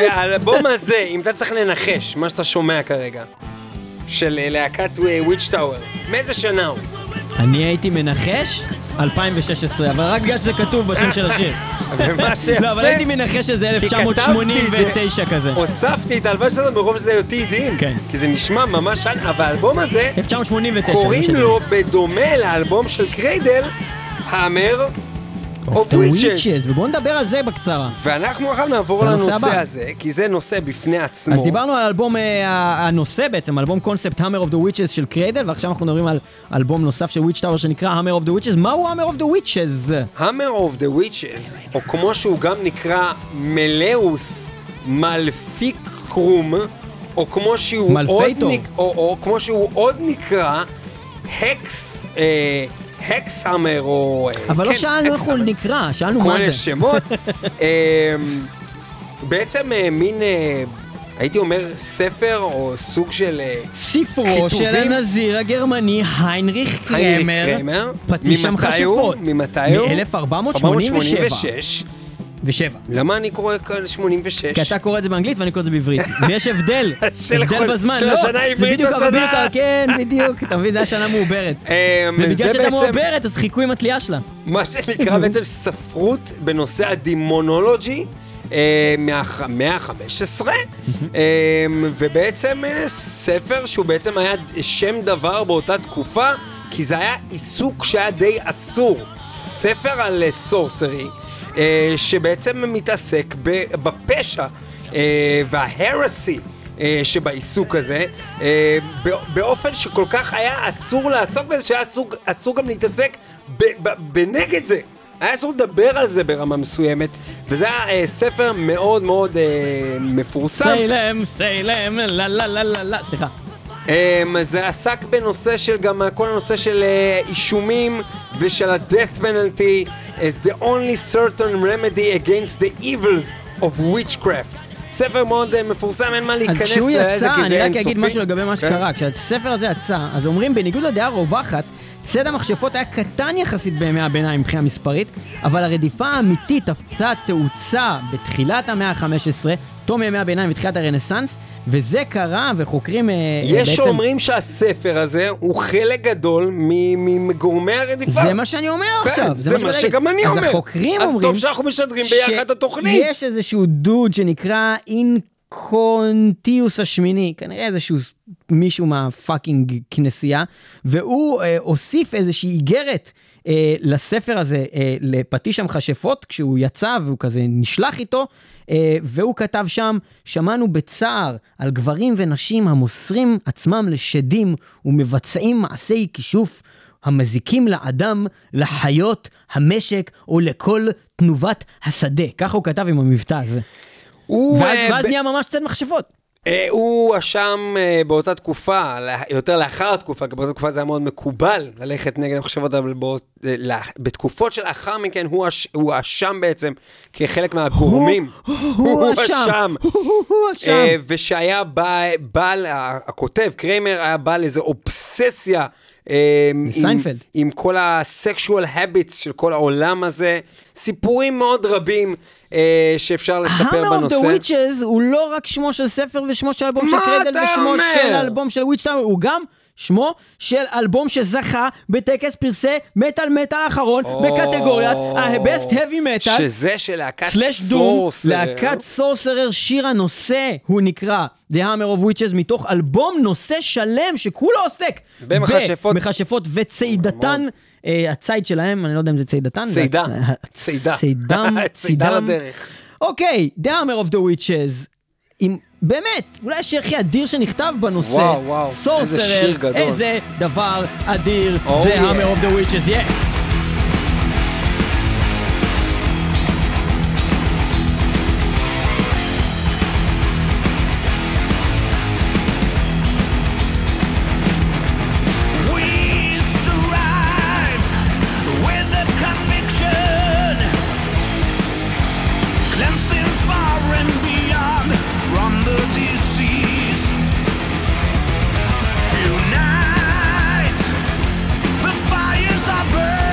האלבום הזה, אם אתה צריך לנחש מה שאתה שומע כרגע, של להקת וויץ' טאוור, מאיזה שנה הוא? אני הייתי מנחש אלפיים ושש עשרה, אבל רק בגלל שזה כתוב בשם של השיר. ומה שיפה... לא, אבל הייתי מנחש שזה אלף תשע מאות שמונים ותשע כזה. הוספתי את האלבום שלנו ברוב שזה אותי עדים. כן. כי זה נשמע ממש... אבל האלבום הזה... אלף תשע מאות שמונים ותשע. קוראים לו, בדומה לאלבום של קריידל, Hammer of Witches. ובואו נדבר על זה בקצרה. ואנחנו עכשיו נעבור לנושא הזה, כי זה נושא בפני עצמו. אז דיברנו על אלבום הנושא בעצם, אלבום קונספט Hammer of the Witches של קריידל, ועכשיו אנחנו מדברים על אלבום נוסף של וויץ' טאוור שנקרא Hammer of the Witches. מהו Hammer of the Witches? Hammer of the Witches, או כמו שהוא גם נקרא מלאוס מלפיקרום, או כמו שהוא עוד נק... או, או כמו שהוא עוד נקרא הקס אה, הקס המר או... אבל לא שאלנו איך הוא נקרא, שאלנו מה זה. כל שמות. בעצם מין, הייתי אומר, ספר או סוג של ספרו של הנזיר הגרמני היינריך קרמר, פטיש המכשפות. ממתי הוא? מ-אלף ארבע מאות שמונים ושש. ושבע. למה אני קורא כאן שמונים ושש? כי אתה קורא את זה באנגלית ואני קורא את זה בעברית. ויש הבדל, הבדל בזמן. של השנה העברית לשנה. כן, בדיוק. אתה מבין, זה השנה מעוברת. ובגלל שאתה מעוברת, אז חיכו עם התלייה שלה. מה שנקרא בעצם ספרות בנושא הדימונולוגי, מהמאה ה-חמש עשרה, ובעצם ספר שהוא בעצם היה שם דבר באותה תקופה, כי זה היה עיסוק שהיה די אסור. ספר על סורסרי, שבעצם מתעסק בפשע וההרסי שבעיסוק הזה, באופן שכל כך היה אסור לעסוק בזה, שהיה אסור גם להתעסק בנגד זה. היה אסור לדבר על זה ברמה מסוימת, וזה היה ספר מאוד מאוד מפורסם. סיילם, סיילם, לה לה לה לה לה, סליחה. זה עסק בנושא של גם כל הנושא של אישומים ושל ה-death penalty as the only certain remedy against the evils of witchcraft. ספר מאוד מפורסם, אין מה להיכנס לזה, כשהוא יצא, כי אני זה רק אגיד משהו לגבי מה שקרה. כשהספר הזה יצא, אז אומרים, בניגוד לדעה רווחת, צד המכשפות היה קטן יחסית בימי הביניים מבחינה מספרית, אבל הרדיפה האמיתית הפצה תאוצה בתחילת המאה ה-חמש עשרה, תום ימי הביניים ותחילת הרנסנס, וזה קרה, וחוקרים יש בעצם... שאומרים שהספר הזה הוא חלק גדול מגורמי הרדיפה. זה מה שאני אומר כן, עכשיו. זה, זה מה שגם אני אומר. אז החוקרים אז אומרים... טוב שאנחנו משדרים ביחד התוכנית. יש איזשהו דוד שנקרא אינקונטיוס השמיני, כנראה איזשהו מישהו מהפאקינג כנסייה, והוא אה, הוסיף איזושהי איגרת אה, לספר הזה, אה, לפטיש המכשפות, כשהוא יצא והוא כזה נשלח איתו, אה, והוא כתב שם, שמענו בצער על גברים ונשים המוסרים עצמם לשדים ומבצעים מעשי כישוף, המזיקים לאדם, לחיות, המשק או לכל תנובת השדה. ככה הוא כתב עם המבטא הזה. ואז נהיה ממש צד מכשפות. הוא אשם באותה תקופה, יותר לאחר התקופה, כי באותה תקופה זה היה מאוד מקובל ללכת נגד המכשפות, אבל בתקופות שלאחר מכן הוא אשם בעצם כחלק מהגורמים. הוא אשם. ושהיה בעל, הכותב, קריימר, היה בעל איזו אובססיה סיינפלד. עם כל ה-sexual habits של כל העולם הזה, סיפורים מאוד רבים שאפשר לספר בנושא. Hammer of the Witches הוא לא רק שמו של ספר ושמו של אלבום של קריידל ושמו של אלבום של וויץ' טאוור, הוא גם שמו של אלבום שזכה בטקס פרסי מטל מטל האחרון בקטגוריית ה-Best Heavy Metal, שזה של להקת סורסרר. להקת סורסרר, שיר הנושא הוא נקרא The Hammer of Witches, מתוך אלבום נושא שלם שכולו עוסק במכשפות במכשפות וציידתן. הצייד שלהם, אני לא יודע אם זה ציידתן. ציידה. ציידה. ציידם. ציידה לדרך. אוקיי, The Hammer of the Witches. עם, באמת, אולי השיר הכי אדיר שנכתב בנושא. וואו, וואו. סורסרר, איזה שיר גדול. איזה דבר אדיר. Oh, זה yeah. Hammer of the Witches, yeah. Tonight, the fires are burning.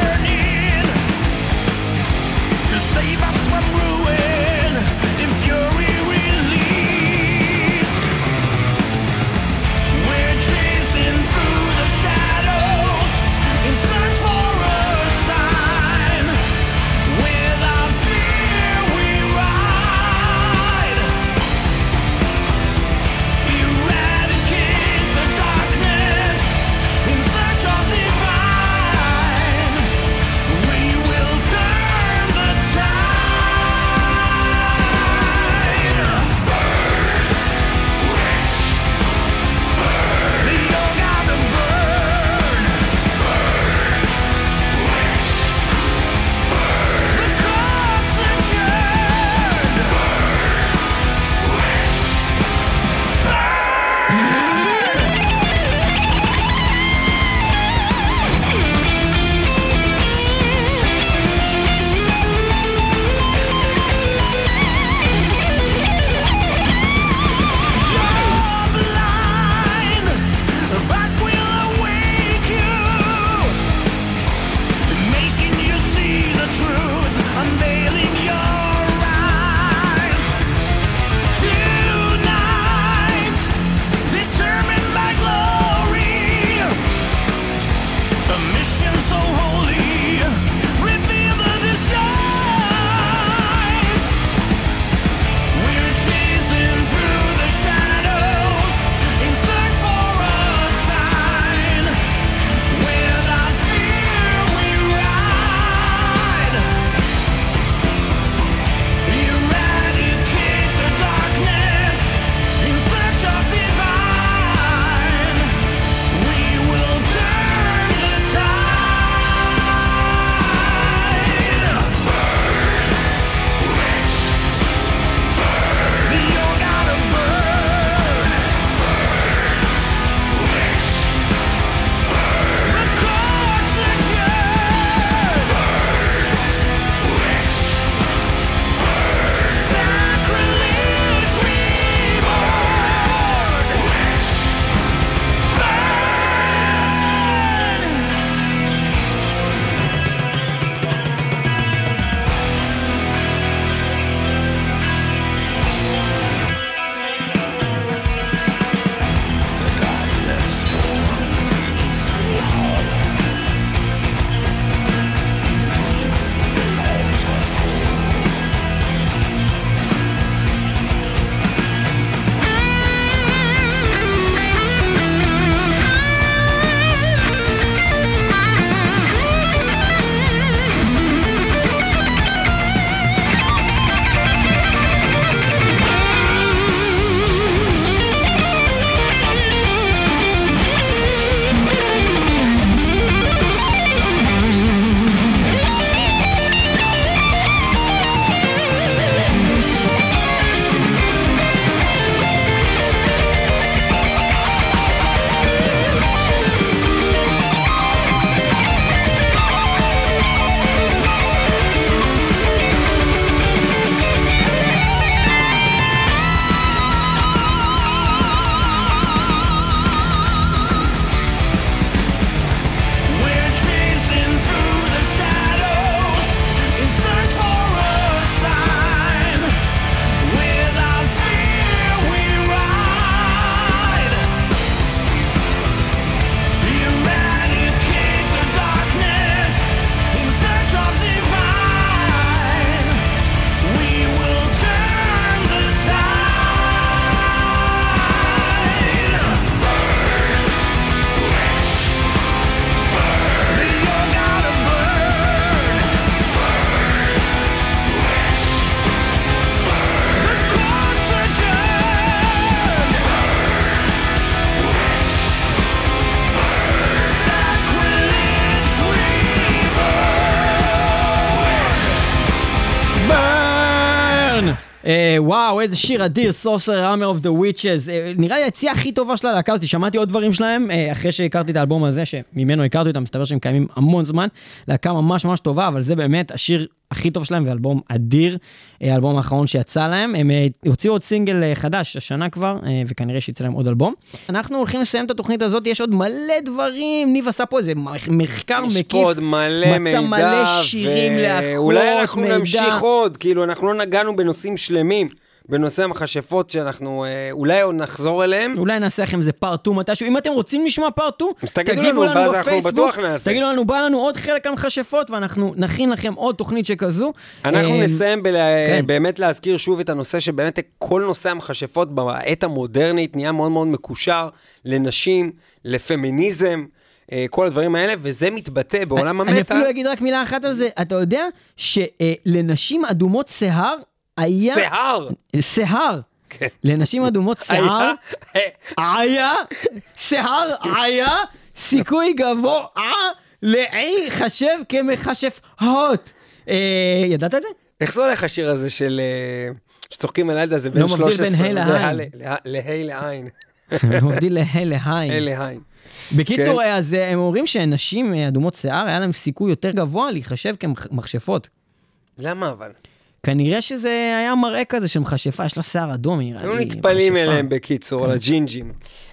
וואו, איזה שיר אדיר, Sorcerer Hammer of the Witches. נראה לי היציאה הכי טובה של הלהקה הזאת, שמעתי עוד דברים שלהם, אחרי שהכרתי את האלבום הזה, שממנו הכרתי אותם, מסתבר שהם קיימים המון זמן, להקה ממש ממש טובה, אבל זה באמת השיר הכי טוב שלהם, ואלבום אדיר, האלבום האחרון שיצא להם. הם הוציאו עוד סינגל חדש, השנה כבר, וכנראה שיצא להם עוד אלבום. אנחנו הולכים לסיים את התוכנית הזאת, יש עוד מלא דברים, ניב עשה פה איזה מחקר מקיף. יש פה עוד מלא מידע, מצא מלא שירים להקות, אולי אנחנו נמשיך עוד, כאילו אנחנו לא נגענו בנושאים שלמים, בנושא המכשפות שאנחנו אולי עוד נחזור אליהם. אולי נעשה לכם איזה פארט שתיים מתישהו. אם אתם רוצים לשמוע פארט שתיים, אז תגידו לנו, ואז אנחנו בטוח נעשה. תגידו לנו, בא לנו עוד חלק על מכשפות, ואנחנו נכין לכם עוד תוכנית שכזו. אנחנו נסיים באמת להזכיר שוב את הנושא שבאמת כל נושא המכשפות בעת המודרנית נהיה מאוד מאוד מקושר לנשים, לפמיניזם, כל הדברים האלה, וזה מתבטא בעולם המטה. אני אפילו אגיד רק מילה אחת על זה. אתה יודע שלנשים אדומות שיער היה... שיער! שיער. לנשים אדומות שיער. היה. שיער היה. סיכוי גבוה לאי חשב כמכשף הוט. ידעת את זה? איך זה הולך השיר הזה של... שצוחקים על הילד הזה בין שלוש עשרה... לא מבדיל בין ה' לעין. להי לעין. לא מבדיל להי לעין. להי לעין. בקיצור, אז הם אומרים שנשים אדומות שיער, היה להם סיכוי יותר גבוה להיחשב כמכשפות. למה אבל? כנראה שזה היה מראה כזה של מכשפה, יש לה שיער אדום, נראה לי. היו נטפלים אליהם בקיצור, לג'ינג'ים.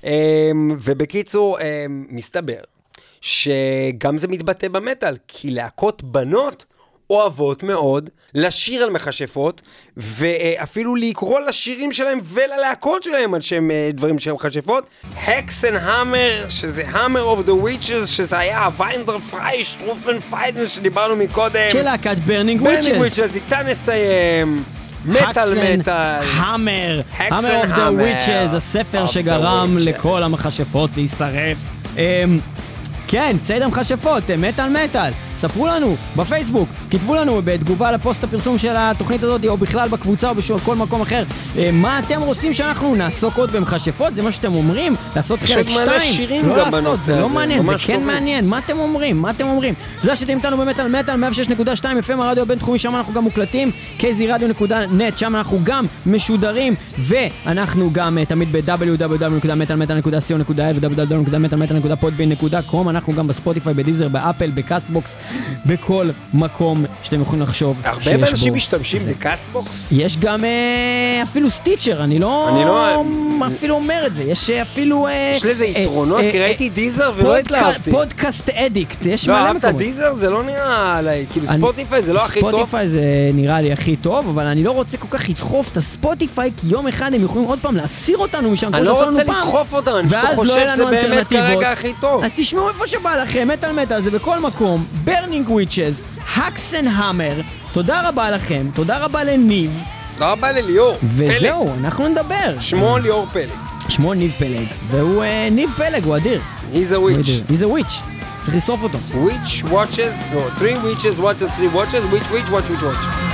ובקיצור, מסתבר שגם זה מתבטא במטל, כי להקות בנות אוהבות מאוד לשיר על מכשפות, ואפילו לקרוא לשירים שלהם וללהקות שלהם על שהם דברים שהם מכשפות. Hex and Hammer, שזה Hammer of the Witches, שזה היה הוויינדר פריי, שטרופן פיידן שדיברנו מקודם. של להקת ברנינג וויצ'ז. ברנינג וויצ'ז, איתה נסיים. מטל מטל. המר. Hammer of the Witches, הספר שגרם לכל המכשפות להישרף. כן, צייד המכשפות, מטל מטל. ספרו לנו בפייסבוק, כתבו לנו בתגובה לפוסט הפרסום של התוכנית הזאת, או בכלל בקבוצה או בכל מקום אחר, מה אתם רוצים שאנחנו נעסוק עוד במכשפות? זה מה שאתם אומרים? לעשות חלק שתיים? יש עוד מלא שירים גם בנושא הזה. זה לא מעניין, זה כן מעניין. מה אתם אומרים? מה אתם אומרים? אתה יודע שאתם איתנו במטל מטל, מאה ושש נקודה שתיים אף אם הרדיו הבינתחומי, שם אנחנו גם מוקלטים, קי זי רדיו נקודה נט, שם אנחנו גם משודרים, ואנחנו גם תמיד ב-דאבליו דאבליו דאבליו נקודה מטל מטל נקודה סי או נקודה איי ו-דאבליו דאבליו דאבליו נקודה מטל מטל נקודה פודבין נקודה קום. אנחנו גם בספוטיפיי, בדיזר, באפל, בקאסטבוקס, בכל מקום שאתם יכולים לחשוב שיש בו. הרבה אנשים משתמשים בקאסטבוקס? יש גם אפילו סטיצ'ר, אני לא אפילו אומר את זה, יש אפילו... יש לזה יתרונות, כי ראיתי דיזר ולא התלהבתי. פודקאסט אדיקט, יש מלא מקומות. לא, אהבת דיזר? זה לא נראה עליי, כאילו ספוטיפיי זה לא הכי טוב? ספוטיפיי זה נראה לי הכי טוב, אבל אני לא רוצה כל כך לדחוף את הספוטיפיי, כי יום אחד הם יכולים עוד פעם להסיר אותנו משם. אני לא רוצה לדחוף אותנו, אני פשוט חושב שזה באמת כרגע הכי טוב. אז תשמעו איפה שבא לכם, מטל מטל, זה בכל מקום, ברנינג וויצ'ז, Hex and Hammer, תודה רבה לכם, תודה רבה לניב. תודה רבה לליאור, פלג. וזהו, אנחנו נדבר. שמו ליאור פלג. שמו ניב פלג, והוא ניב פלג, הוא אדיר. He's a witch. He's a witch. צריך לשרוף אותו. Witch watches, no, three witches watches, three watches, witch, witch, watch, witch, watch.